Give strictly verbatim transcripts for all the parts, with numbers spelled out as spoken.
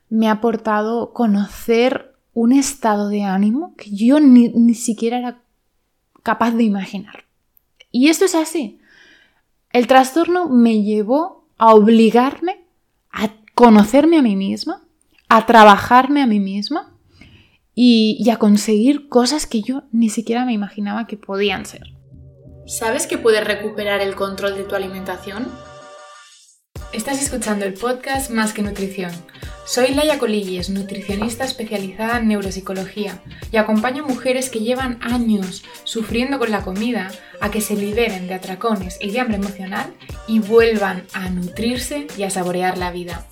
me ha aportado conocer un estado de ánimo que yo ni, ni siquiera era capaz de imaginar. Y esto es así. El trastorno me llevó a obligarme a conocerme a mí misma, a trabajarme a mí misma y, y a conseguir cosas que yo ni siquiera me imaginaba que podían ser. ¿Sabes que puedes recuperar el control de tu alimentación? Estás escuchando el podcast Más que Nutrición. Soy Laia Colilles, nutricionista especializada en neuropsicología y acompaño a mujeres que llevan años sufriendo con la comida a que se liberen de atracones y de hambre emocional y vuelvan a nutrirse y a saborear la vida.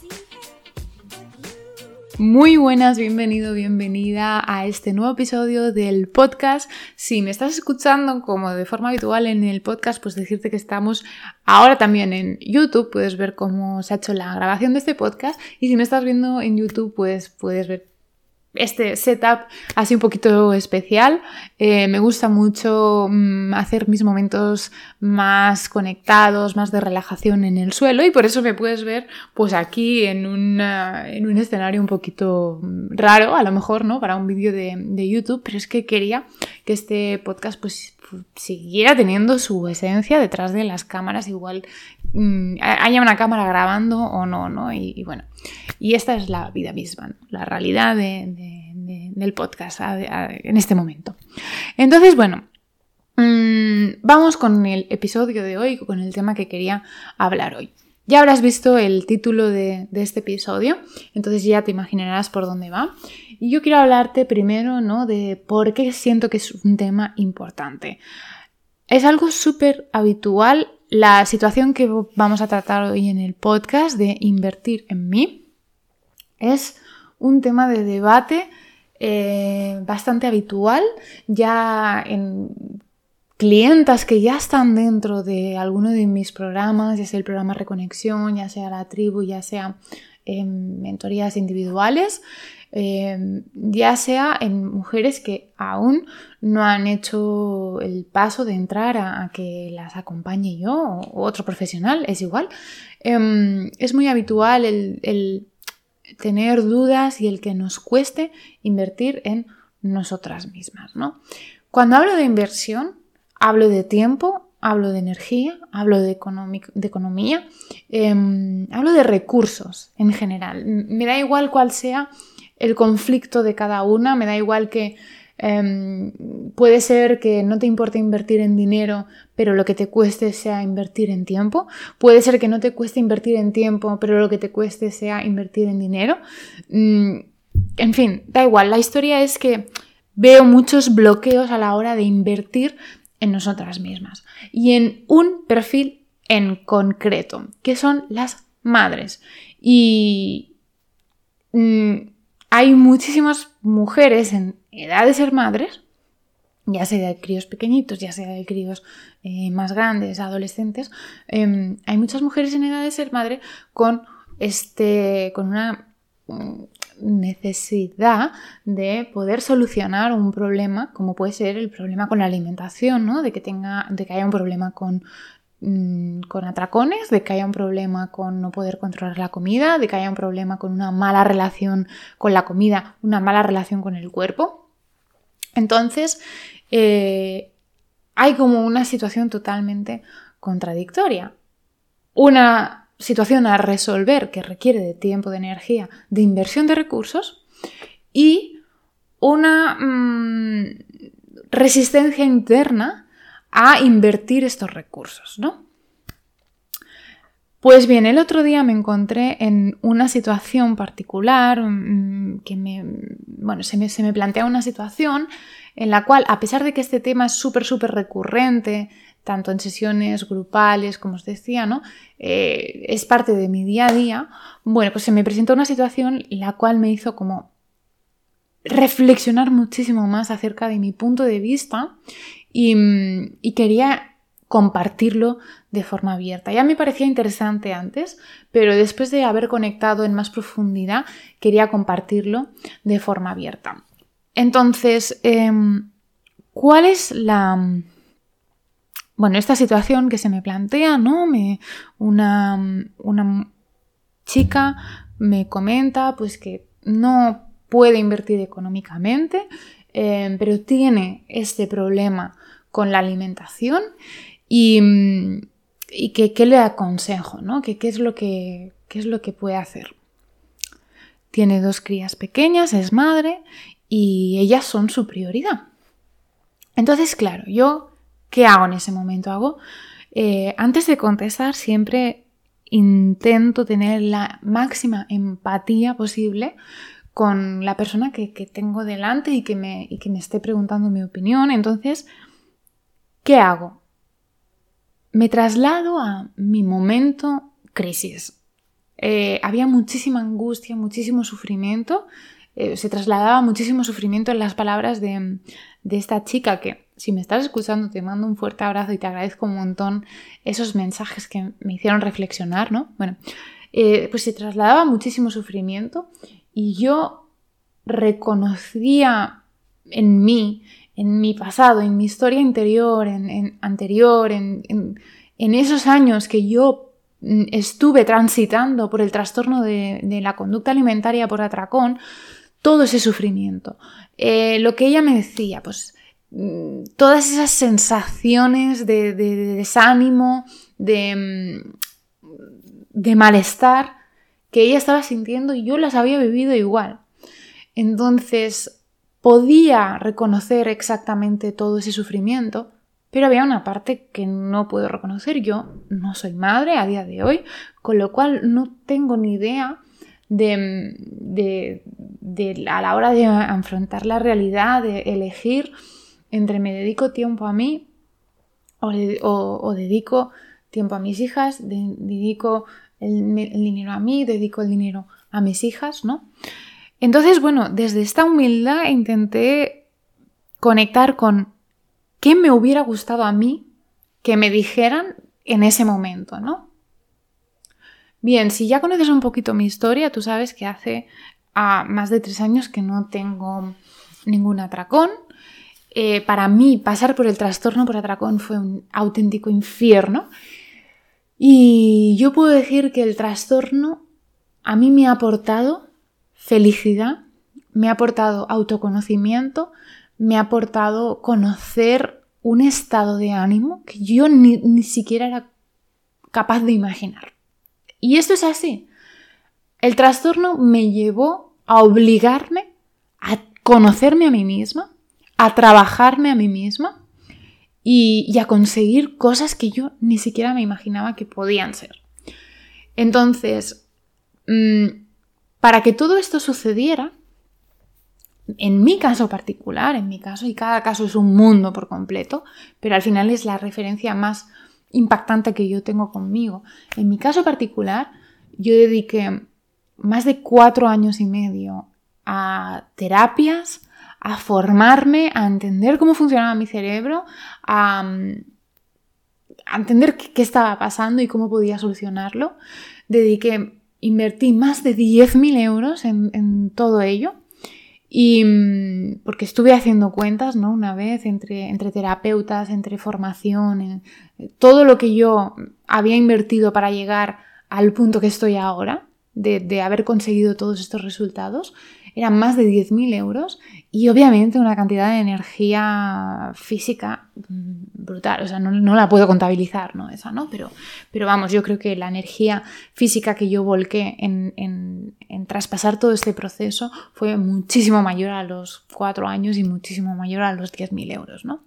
Muy buenas, bienvenido, bienvenida a este nuevo episodio del podcast. Si me estás escuchando como de forma habitual en el podcast, pues decirte que estamos ahora también en YouTube, puedes ver cómo se ha hecho la grabación de este podcast, y si me estás viendo en YouTube, pues puedes ver este setup así un poquito especial. Eh, me gusta mucho mmm, hacer mis momentos más conectados, más de relajación en el suelo, y por eso me puedes ver pues aquí en, una, en un escenario un poquito raro, a lo mejor, ¿no? Para un vídeo de, de YouTube, pero es que quería que este podcast pues siguiera teniendo su esencia detrás de las cámaras, igual mmm, haya una cámara grabando o no, ¿no? Y, y bueno, y esta es la vida misma, ¿no? La realidad de, de, de, del podcast a, a, en este momento. Entonces, bueno, mmm, vamos con el episodio de hoy, con el tema que quería hablar hoy. Ya habrás visto el título de, de este episodio, entonces ya te imaginarás por dónde va. Y yo quiero hablarte primero, ¿no?, de por qué siento que es un tema importante. Es algo súper habitual la situación que vamos a tratar hoy en el podcast de invertir en mí. Es un tema de debate eh, bastante habitual, ya en clientas que ya están dentro de alguno de mis programas, ya sea el programa Reconexión, ya sea la tribu, ya sea eh, mentorías individuales, eh, ya sea en mujeres que aún no han hecho el paso de entrar a, a que las acompañe yo o otro profesional, es igual. Eh, es muy habitual el, el tener dudas y el que nos cueste invertir en nosotras mismas, ¿no? Cuando hablo de inversión, hablo de tiempo, hablo de energía, hablo de, económico, de economía, eh, hablo de recursos en general. Me da igual cuál sea el conflicto de cada una, me da igual que eh, puede ser que no te importe invertir en dinero, pero lo que te cueste sea invertir en tiempo. Puede ser que no te cueste invertir en tiempo, pero lo que te cueste sea invertir en dinero. Mm, en fin, da igual. La historia es que veo muchos bloqueos a la hora de invertir en nosotras mismas y en un perfil en concreto, que son las madres. Y mmm, hay muchísimas mujeres en edad de ser madres, ya sea de críos pequeñitos, ya sea de críos eh, más grandes, adolescentes. Eh, hay muchas mujeres en edad de ser madre con, este, con una necesidad de poder solucionar un problema, como puede ser el problema con la alimentación, ¿no? De que tenga, de que haya un problema con, mmm, con atracones, de que haya un problema con no poder controlar la comida, de que haya un problema con una mala relación con la comida, una mala relación con el cuerpo. Entonces, eh, hay como una situación totalmente contradictoria. Una situación a resolver que requiere de tiempo, de energía, de inversión de recursos, y una mmm, resistencia interna a invertir estos recursos, ¿no? Pues bien, el otro día me encontré en una situación particular mmm, que me, bueno, se me, se me plantea una situación en la cual, a pesar de que este tema es súper, súper recurrente, tanto en sesiones grupales, como os decía, ¿no? Eh, es parte de mi día a día. Bueno, pues se me presentó una situación la cual me hizo como reflexionar muchísimo más acerca de mi punto de vista y, y quería compartirlo de forma abierta. Ya me parecía interesante antes, pero después de haber conectado en más profundidad, quería compartirlo de forma abierta. Entonces, eh, ¿cuál es la... Bueno, esta situación que se me plantea, ¿no? Me, una, una chica me comenta pues que no puede invertir económicamente, eh, pero tiene este problema con la alimentación y, y que, ¿qué le aconsejo? ¿No? ¿Qué, qué es lo que, qué es lo que puede hacer? Tiene dos crías pequeñas, es madre y ellas son su prioridad. Entonces, claro, yo, ¿qué hago en ese momento? Hago, eh, antes de contestar, siempre intento tener la máxima empatía posible con la persona que, que tengo delante y que, me, y que me esté preguntando mi opinión. Entonces, ¿qué hago? Me traslado a mi momento crisis. Eh, había muchísima angustia, muchísimo sufrimiento. Eh, se trasladaba muchísimo sufrimiento en las palabras de, de esta chica que, si me estás escuchando, te mando un fuerte abrazo y te agradezco un montón esos mensajes que me hicieron reflexionar, ¿no? Bueno, eh, pues se trasladaba muchísimo sufrimiento y yo reconocía en mí, en mi pasado, en mi historia interior, en, en anterior, en, en, en esos años que yo estuve transitando por el trastorno de, de la conducta alimentaria por atracón, todo ese sufrimiento. Eh, lo que ella me decía, pues todas esas sensaciones de, de, de desánimo, de, de malestar que ella estaba sintiendo y yo las había vivido igual. Entonces podía reconocer exactamente todo ese sufrimiento, pero había una parte que no puedo reconocer. Yo no soy madre a día de hoy, con lo cual no tengo ni idea de, de, de a la hora de afrontar la realidad, de elegir entre me dedico tiempo a mí o, o, o dedico tiempo a mis hijas, de, dedico el, el dinero a mí, dedico el dinero a mis hijas, ¿no? Entonces, bueno, desde esta humildad intenté conectar con qué me hubiera gustado a mí que me dijeran en ese momento, ¿no? Bien, si ya conoces un poquito mi historia, tú sabes que hace ah, más de tres años que no tengo ningún atracón. Eh, para mí pasar por el trastorno por atracón fue un auténtico infierno y yo puedo decir que el trastorno a mí me ha aportado felicidad, me ha aportado autoconocimiento, me ha aportado conocer un estado de ánimo que yo ni, ni siquiera era capaz de imaginar. Y esto es así. El trastorno me llevó a obligarme a conocerme a mí misma, a trabajarme a mí misma y, y a conseguir cosas que yo ni siquiera me imaginaba que podían ser. Entonces, mmm, para que todo esto sucediera, en mi caso particular, en mi caso, y cada caso es un mundo por completo, pero al final es la referencia más impactante que yo tengo conmigo. En mi caso particular, yo dediqué más de cuatro años y medio a terapias, a formarme, a entender cómo funcionaba mi cerebro, a, a entender qué, qué estaba pasando y cómo podía solucionarlo. Dediqué, invertí más de diez mil euros en, en todo ello. Y porque estuve haciendo cuentas, ¿no? Una vez entre, entre terapeutas, entre formación, en, todo lo que yo había invertido para llegar al punto que estoy ahora, de, de haber conseguido todos estos resultados, eran más de diez mil euros y obviamente una cantidad de energía física brutal. O sea, no, no la puedo contabilizar, ¿no? Esa, ¿no? Pero, pero vamos, yo creo que la energía física que yo volqué en, en, en traspasar todo este proceso fue muchísimo mayor a los cuatro años y muchísimo mayor a los diez mil euros, ¿no?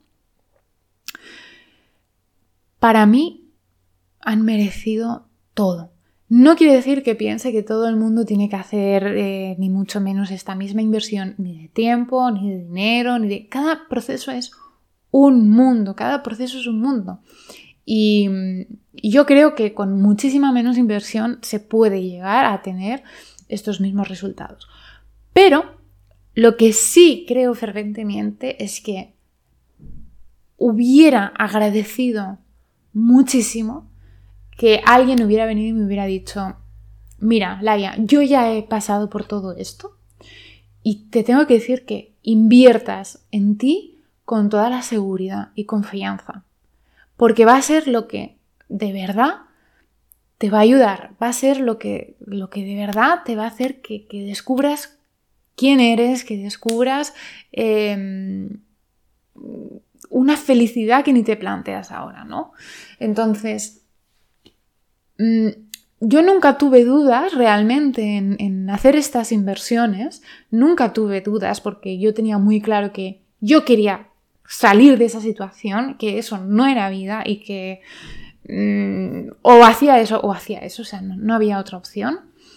Para mí han merecido todo. No quiere decir que piense que todo el mundo tiene que hacer eh, ni mucho menos esta misma inversión, ni de tiempo, ni de dinero, ni de... Cada proceso es un mundo, cada proceso es un mundo. Y, y yo creo que con muchísima menos inversión se puede llegar a tener estos mismos resultados. Pero lo que sí creo fervientemente es que hubiera agradecido muchísimo que alguien hubiera venido y me hubiera dicho: mira, Laia, yo ya he pasado por todo esto y te tengo que decir que inviertas en ti con toda la seguridad y confianza, porque va a ser lo que de verdad te va a ayudar, va a ser lo que, lo que de verdad te va a hacer que, que descubras quién eres, que descubras eh, una felicidad que ni te planteas ahora, ¿no? Entonces, mmm, yo nunca tuve dudas realmente en, en hacer estas inversiones, nunca tuve dudas porque yo tenía muy claro que yo quería salir de esa situación, que eso no era vida y que mmm, o hacía eso o hacía eso, o sea, no, no había otra opción.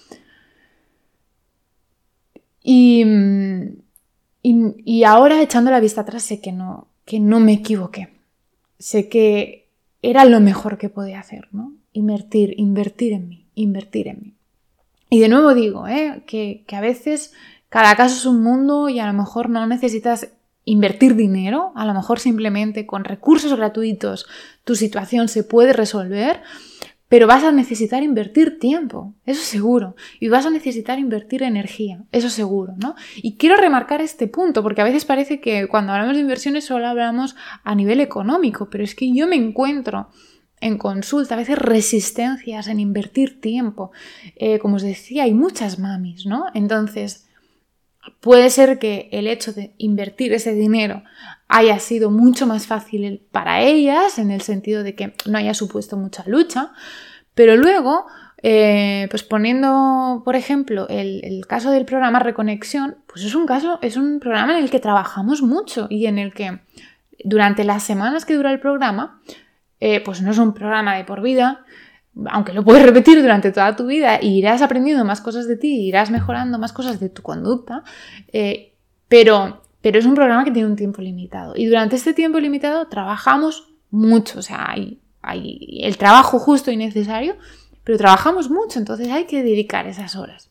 Y, y, y ahora, echando la vista atrás, sé que no, que no me equivoqué. Sé que era lo mejor que podía hacer, ¿no? Invertir, invertir en mí, invertir en mí. Y de nuevo digo, ¿eh? que, que a veces cada caso es un mundo y a lo mejor no necesitas invertir dinero, a lo mejor simplemente con recursos gratuitos tu situación se puede resolver, pero vas a necesitar invertir tiempo, eso seguro, y vas a necesitar invertir energía, eso seguro, ¿no? Y quiero remarcar este punto, porque a veces parece que cuando hablamos de inversiones solo hablamos a nivel económico, pero es que yo me encuentro en consulta a veces resistencias en invertir tiempo. Eh, como os decía, hay muchas mamis, ¿no? Entonces, puede ser que el hecho de invertir ese dinero haya sido mucho más fácil para ellas, en el sentido de que no haya supuesto mucha lucha, pero luego, eh, pues poniendo, por ejemplo, el, el caso del programa Reconexión, pues es un caso, es un programa en el que trabajamos mucho y en el que durante las semanas que dura el programa, eh, pues no es un programa de por vida, aunque lo puedes repetir durante toda tu vida y irás aprendiendo más cosas de ti, irás mejorando más cosas de tu conducta, eh, pero, pero es un programa que tiene un tiempo limitado. Y durante este tiempo limitado trabajamos mucho, o sea, hay, hay el trabajo justo y necesario, pero trabajamos mucho, entonces hay que dedicar esas horas.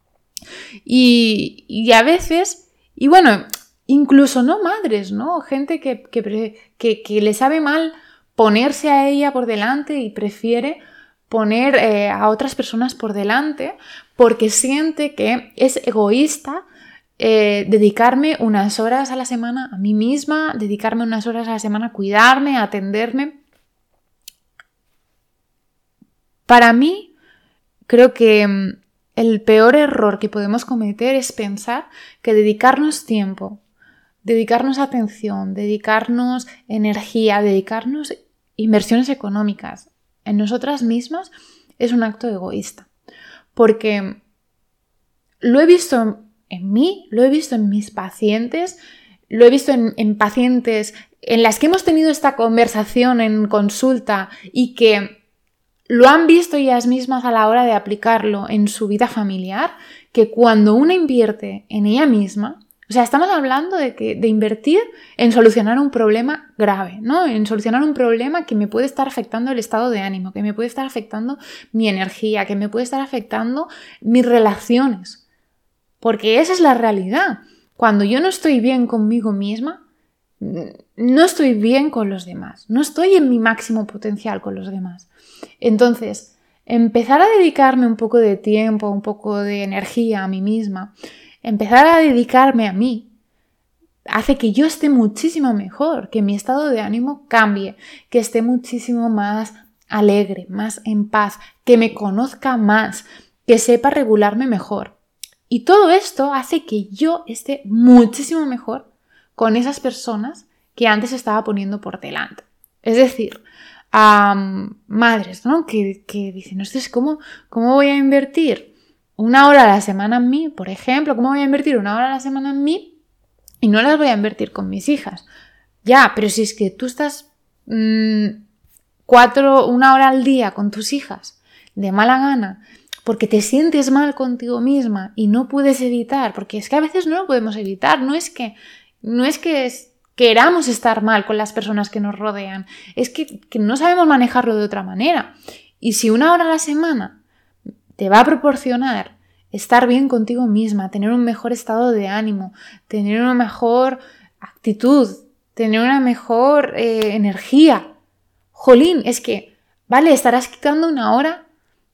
Y, y a veces, y bueno, incluso no madres, ¿no? Gente que, que, que, que le sabe mal ponerse a ella por delante y prefiere poner eh, a otras personas por delante porque siente que es egoísta eh, dedicarme unas horas a la semana a mí misma, dedicarme unas horas a la semana a cuidarme, a atenderme. Para mí, creo que mm, el peor error que podemos cometer es pensar que dedicarnos tiempo, dedicarnos atención, dedicarnos energía, dedicarnos inversiones económicas en nosotras mismas es un acto egoísta. Porque lo he visto en mí, lo he visto en mis pacientes, lo he visto en, en pacientes en las que hemos tenido esta conversación en consulta y que lo han visto ellas mismas a la hora de aplicarlo en su vida familiar, que cuando una invierte en ella misma, o sea, estamos hablando de, que, de invertir en solucionar un problema grave, ¿no? En solucionar un problema que me puede estar afectando el estado de ánimo, que me puede estar afectando mi energía, que me puede estar afectando mis relaciones. Porque esa es la realidad. Cuando yo no estoy bien conmigo misma, no estoy bien con los demás. No estoy en mi máximo potencial con los demás. Entonces, empezar a dedicarme un poco de tiempo, un poco de energía a mí misma, empezar a dedicarme a mí hace que yo esté muchísimo mejor, que mi estado de ánimo cambie, que esté muchísimo más alegre, más en paz, que me conozca más, que sepa regularme mejor. Y todo esto hace que yo esté muchísimo mejor con esas personas que antes estaba poniendo por delante. Es decir, um, madres, ¿no? Que, que dicen, no sé, ¿cómo, ¿cómo voy a invertir una hora a la semana en mí, por ejemplo? ¿Cómo voy a invertir una hora a la semana en mí y no las voy a invertir con mis hijas? Ya, pero si es que tú estás mmm, cuatro, una hora al día con tus hijas de mala gana porque te sientes mal contigo misma y no puedes evitar, porque es que a veces no lo podemos evitar, no es que, no es que es, queramos estar mal con las personas que nos rodean, es que, que no sabemos manejarlo de otra manera. Y si una hora a la semana te va a proporcionar estar bien contigo misma, tener un mejor estado de ánimo, tener una mejor actitud, tener una mejor eh, energía. Jolín, es que, vale, estarás quitando una hora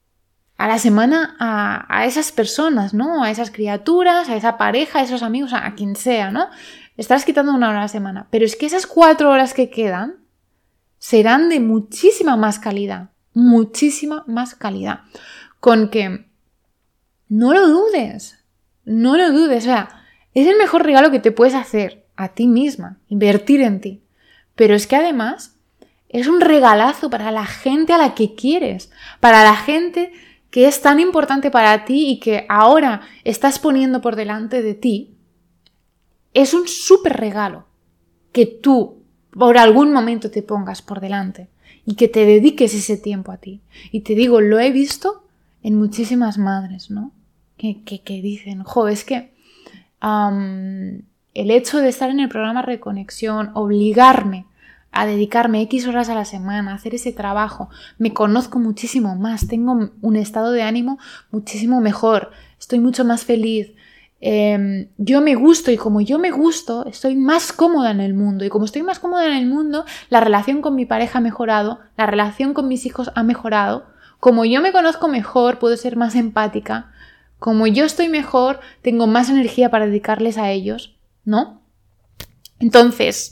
a la semana a, a esas personas, ¿no? A esas criaturas, a esa pareja, a esos amigos, a, a quien sea, ¿no? Estarás quitando una hora a la semana. Pero es que esas cuatro horas que quedan serán de muchísima más calidad, muchísima más calidad. Con que no lo dudes, no lo dudes, o sea, Es el mejor regalo que te puedes hacer a ti misma, invertir en ti. Pero es que además es un regalazo para la gente a la que quieres, para la gente que es tan importante para ti y que ahora estás poniendo por delante de ti. Es un súper regalo que tú por algún momento te pongas por delante y que te dediques ese tiempo a ti. Y te digo, lo he visto en muchísimas madres, ¿no? Que, que, que dicen, jo, es que um, el hecho de estar en el programa Reconexión, obligarme a dedicarme X horas a la semana, a hacer ese trabajo, me conozco muchísimo más, tengo un estado de ánimo muchísimo mejor, estoy mucho más feliz, eh, yo me gusto y como yo me gusto, estoy más cómoda en el mundo y como estoy más cómoda en el mundo, la relación con mi pareja ha mejorado, la relación con mis hijos ha mejorado, como yo me conozco mejor, puedo ser más empática, como yo estoy mejor, tengo más energía para dedicarles a ellos, ¿no? Entonces,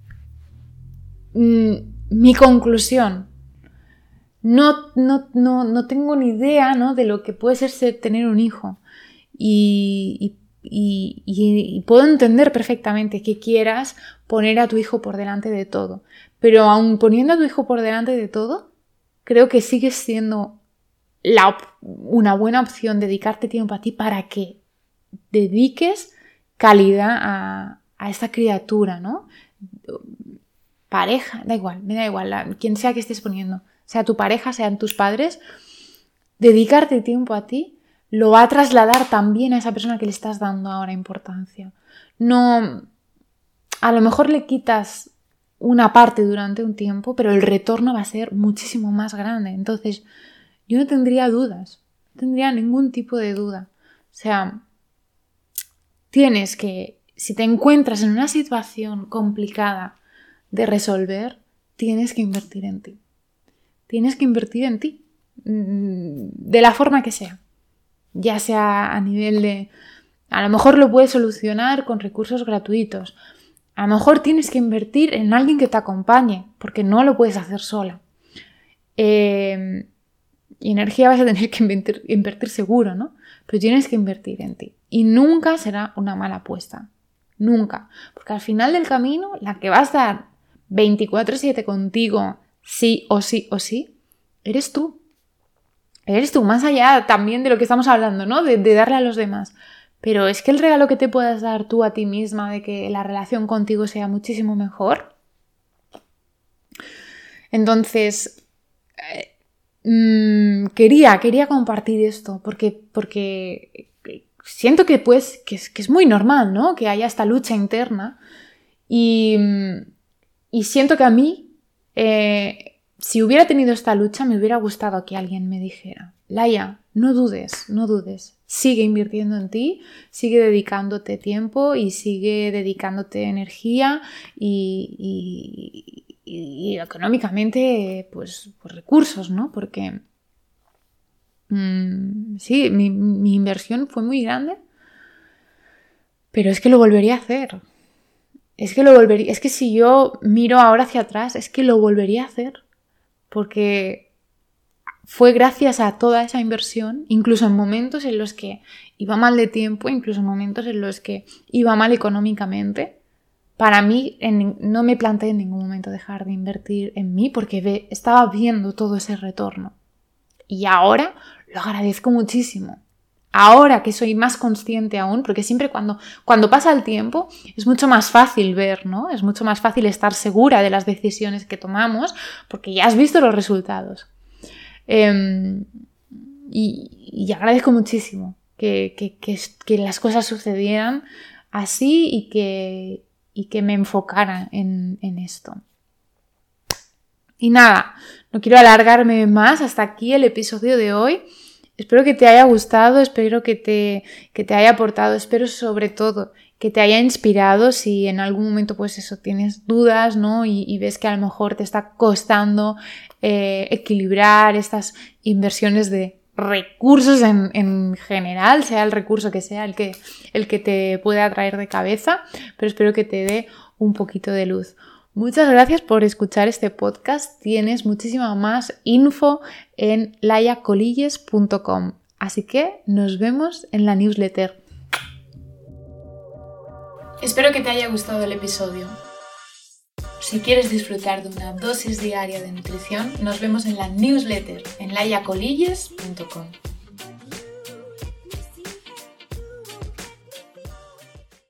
mi conclusión, no, no, no, no tengo ni idea, ¿no?, de lo que puede ser, ser tener un hijo y, y, y, y puedo entender perfectamente que quieras poner a tu hijo por delante de todo, pero aun poniendo a tu hijo por delante de todo, creo que sigue siendo la op- una buena opción dedicarte tiempo a ti para que dediques calidad a, a esta criatura, ¿no? Pareja, da igual, me da igual, la, quien sea que estés poniendo, sea tu pareja, sean tus padres, dedicarte tiempo a ti lo va a trasladar también a esa persona que le estás dando ahora importancia. No, a lo mejor le quitas una parte durante un tiempo, pero el retorno va a ser muchísimo más grande. Entonces, yo no tendría dudas, no tendría ningún tipo de duda. O sea, tienes que, si te encuentras en una situación complicada de resolver, tienes que invertir en ti. Tienes que invertir en ti, de la forma que sea. Ya sea a nivel de... A lo mejor lo puedes solucionar con recursos gratuitos. A lo mejor tienes que invertir en alguien que te acompañe, porque no lo puedes hacer sola. Eh, y energía vas a tener que invertir, invertir seguro, ¿no? Pero tienes que invertir en ti. Y nunca será una mala apuesta. Nunca. Porque al final del camino, la que va a estar veinticuatro siete contigo, sí o sí o sí, eres tú. Eres tú, más allá también de lo que estamos hablando, ¿no? De, de darle a los demás. Pero es que el regalo que te puedas dar tú a ti misma de que la relación contigo sea muchísimo mejor. Entonces, eh, mmm, quería, quería compartir esto porque, porque siento que, pues, que, es, que es muy normal, ¿no? Que haya esta lucha interna y, y siento que a mí, eh, si hubiera tenido esta lucha, me hubiera gustado que alguien me dijera, Laia, no dudes, no dudes, sigue invirtiendo en ti, sigue dedicándote tiempo y sigue dedicándote energía y, y, y, y económicamente, pues, pues recursos, ¿no? Porque mmm, sí, mi, mi inversión fue muy grande, pero es que lo volvería a hacer. Es que lo volvería, es que si yo miro ahora hacia atrás, es que lo volvería a hacer. Porque fue gracias a toda esa inversión, incluso en momentos en los que iba mal de tiempo, incluso en momentos en los que iba mal económicamente, para mí en, no me planteé en ningún momento dejar de invertir en mí porque ve, estaba viendo todo ese retorno. Y ahora lo agradezco muchísimo. Ahora que soy más consciente aún, porque siempre cuando, cuando pasa el tiempo es mucho más fácil ver, ¿no? Es mucho más fácil estar segura de las decisiones que tomamos porque ya has visto los resultados. Eh, y, y agradezco muchísimo que, que, que, que las cosas sucedieran así y que, y que me enfocara en, en esto. Y nada, no quiero alargarme más, hasta aquí el episodio de hoy. Espero que te haya gustado, espero que te, que te haya aportado, espero sobre todo que te haya inspirado si en algún momento pues eso tienes dudas, ¿no? Y, y ves que a lo mejor te está costando eh, equilibrar estas inversiones de recursos en, en general, sea el recurso que sea el que, el que te pueda traer de cabeza, pero espero que te dé un poquito de luz. Muchas gracias por escuchar este podcast. Tienes muchísima más info en laia colilles punto com. Así que nos vemos en la newsletter. Espero que te haya gustado el episodio. Si quieres disfrutar de una dosis diaria de nutrición, nos vemos en la newsletter en layacolilles punto com.